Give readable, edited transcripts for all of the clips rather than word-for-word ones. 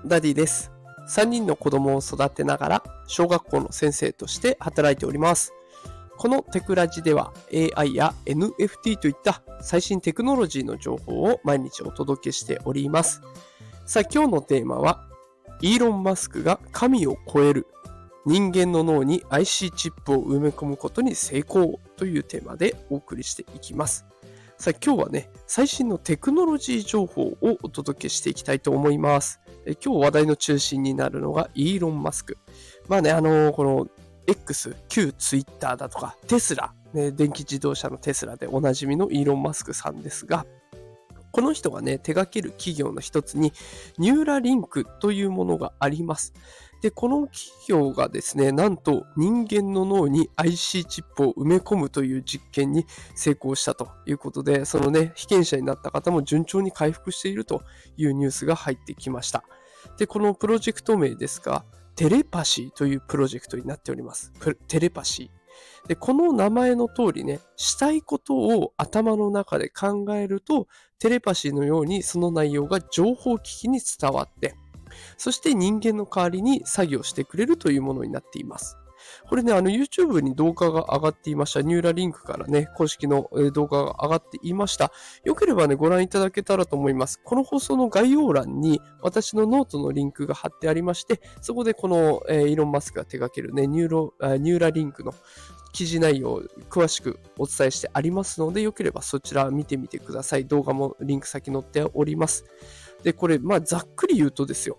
ダディです。3人の子供を育てながら小学校の先生として働いております。このテクラジでは AI や NFT といった最新テクノロジーの情報を毎日お届けしております。さあ今日のテーマはイーロン・マスクが神を超える人間の脳に IC チップを埋め込むことに成功というテーマでお送りしていきます。さあ今日はね、最新のテクノロジー情報をお届けしていきたいと思います。今日話題の中心になるのがイーロン・マスク。この X、旧ツイッターだとかテスラ、電気自動車のテスラでおなじみのイーロン・マスクさんですが、この人がね、手掛ける企業の一つにニューラリンクというものがあります。で、この企業がですね、なんと人間の脳に IC チップを埋め込むという実験に成功したということで、そのね、被験者になった方も順調に回復しているというニュースが入ってきました。で、このプロジェクト名ですが、テレパシーというプロジェクトになっております。テレパシー。で、この名前の通りね、したいことを頭の中で考えると、テレパシーのようにその内容が情報機器に伝わって、そして人間の代わりに作業してくれるというものになっています。これね、YouTube に動画が上がっていました。ニューラリンクからね、公式の動画が上がっていました。よければね、ご覧いただけたらと思います。この放送の概要欄に私のノートのリンクが貼ってありまして、そこでこの、イーロン・マスクが手掛けるね、ニューラリンクの記事内容を詳しくお伝えしてありますので、よければそちら見てみてください。動画もリンク先載っております。で、これ、ざっくり言うとですよ。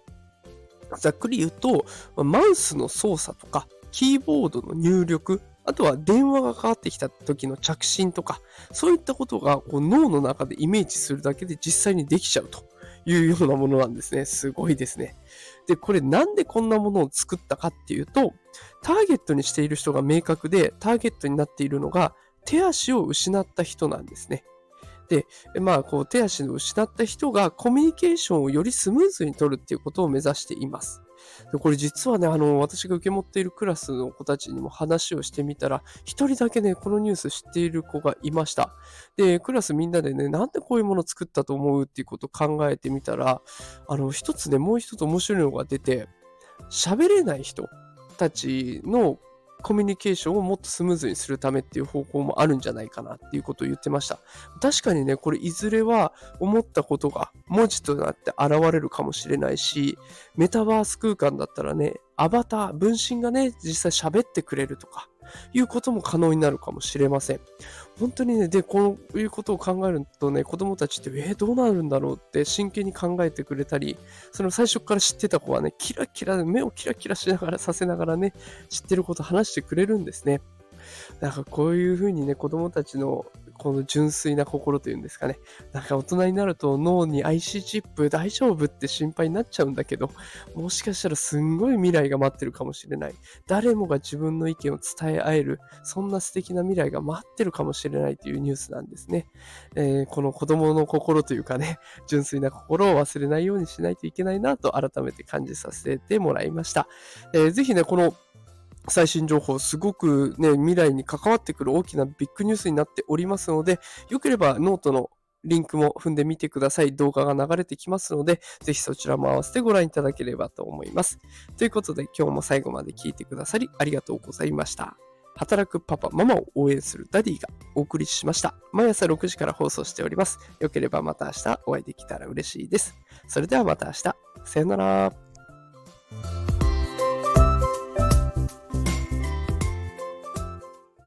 マウスの操作とか、キーボードの入力、あとは電話がかかってきた時の着信とか、そういったことが脳の中でイメージするだけで実際にできちゃうというようなものなんですね。すごいですね。で、これなんでこんなものを作ったかっていうと、ターゲットにしている人が明確で、ターゲットになっているのが手足を失った人なんですね。で、手足を失った人がコミュニケーションをよりスムーズに取るっていうことを目指しています。で、これ実はね、私が受け持っているクラスの子たちにも話をしてみたら、一人だけね、このニュース知っている子がいました。で、クラスみんなでね、なんでこういうものを作ったと思うっていうことを考えてみたら、もう一つ面白いのが出て、喋れない人たちのコミュニケーションをもっとスムーズにするためっていう方向もあるんじゃないかなっていうことを言ってました。確かにね、これいずれは思ったことが文字となって現れるかもしれないし、メタバース空間だったらね、アバター、分身がね、実際喋ってくれるとか、いうことも可能になるかもしれません。本当にね、で、こういうことを考えるとね、子供たちって、どうなるんだろうって真剣に考えてくれたり、その最初から知ってた子はね、目をキラキラしながらさせながらね、知ってること話してくれるんですね。なんかこういうふうにね、子供たちのこの純粋な心というんですかね。なんか大人になると脳に IC チップ大丈夫って心配になっちゃうんだけど、もしかしたらすんごい未来が待ってるかもしれない。誰もが自分の意見を伝え合える、そんな素敵な未来が待ってるかもしれないというニュースなんですね。この子供の心というかね、純粋な心を忘れないようにしないといけないなと改めて感じさせてもらいました。ぜひね、この最新情報、すごくね、未来に関わってくる大きなビッグニュースになっておりますので、よければノートのリンクも踏んでみてください。動画が流れてきますので、ぜひそちらも合わせてご覧いただければと思います。ということで、今日も最後まで聞いてくださりありがとうございました。働くパパ、ママを応援するダディがお送りしました。毎朝6時から放送しております。よければまた明日お会いできたら嬉しいです。それではまた明日。さよなら。